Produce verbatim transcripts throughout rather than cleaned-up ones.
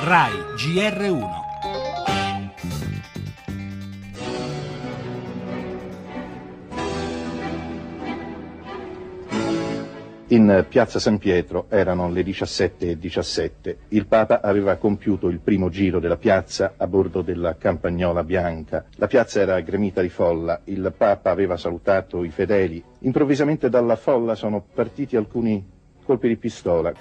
Rai G R uno. In piazza San Pietro erano le diciassette e diciassette. Il Papa aveva compiuto il primo giro della piazza a bordo della campagnola bianca. La piazza era gremita di folla. Il Papa aveva salutato i fedeli. Improvvisamente dalla folla sono partiti alcuni colpi di pistola.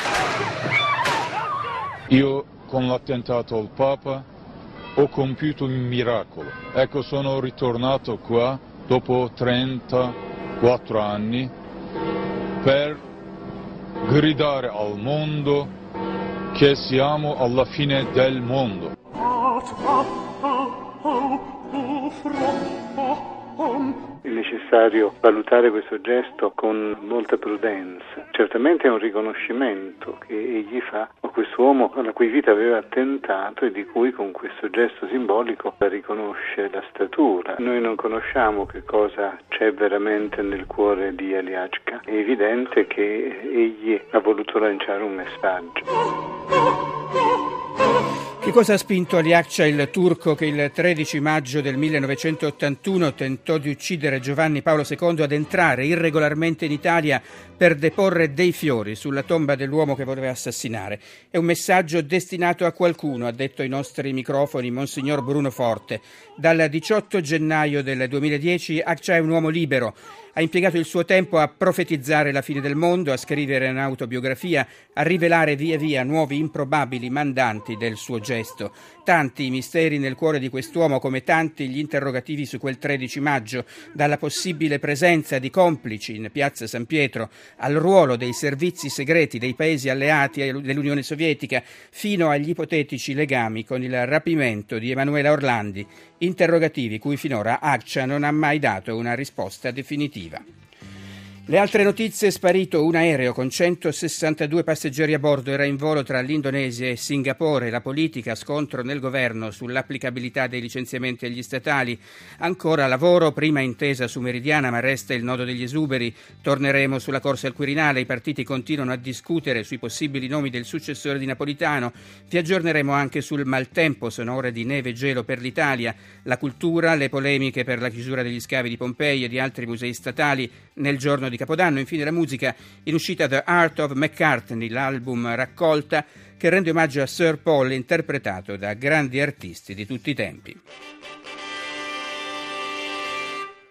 Io con l'attentato al Papa ho compiuto un miracolo. Ecco, sono ritornato qua dopo trentaquattro anni per gridare al mondo che siamo alla fine del mondo. È necessario valutare questo gesto con molta prudenza. Certamente è un riconoscimento che egli fa a quest'uomo alla cui vita aveva attentato e di cui con questo gesto simbolico riconosce la statura. Noi non conosciamo che cosa c'è veramente nel cuore di Ali Agca. È evidente che egli ha voluto lanciare un messaggio. Che cosa ha spinto Ali Agca, il turco che il tredici maggio del millenovecentottantuno tentò di uccidere Giovanni Paolo secondo, ad entrare irregolarmente in Italia per deporre dei fiori sulla tomba dell'uomo che voleva assassinare? È un messaggio destinato a qualcuno, ha detto ai nostri microfoni Monsignor Bruno Forte. Dal diciotto gennaio del duemiladieci Agca è un uomo libero. Ha impiegato il suo tempo a profetizzare la fine del mondo, a scrivere un'autobiografia, a rivelare via via nuovi improbabili mandanti del suo gesto. Tanti i misteri nel cuore di quest'uomo, come tanti gli interrogativi su quel tredici maggio, dalla possibile presenza di complici in piazza San Pietro al ruolo dei servizi segreti dei paesi alleati dell'Unione Sovietica, fino agli ipotetici legami con il rapimento di Emanuela Orlandi, interrogativi cui finora Agca non ha mai dato una risposta definitiva. Le altre notizie: è sparito un aereo con centosessantadue passeggeri a bordo, era in volo tra l'Indonesia e Singapore. La politica, scontro nel governo sull'applicabilità dei licenziamenti agli statali. Ancora lavoro, prima intesa su Meridiana, ma resta il nodo degli esuberi. Torneremo sulla corsa al Quirinale, i partiti continuano a discutere sui possibili nomi del successore di Napolitano. Vi aggiorneremo anche sul maltempo, sono ore di neve e gelo per l'Italia. La cultura, le polemiche per la chiusura degli scavi di Pompei e di altri musei statali nel giorno di Capodanno. Infine la musica, in uscita The Art of McCartney, l'album raccolta che rende omaggio a Sir Paul, interpretato da grandi artisti di tutti i tempi.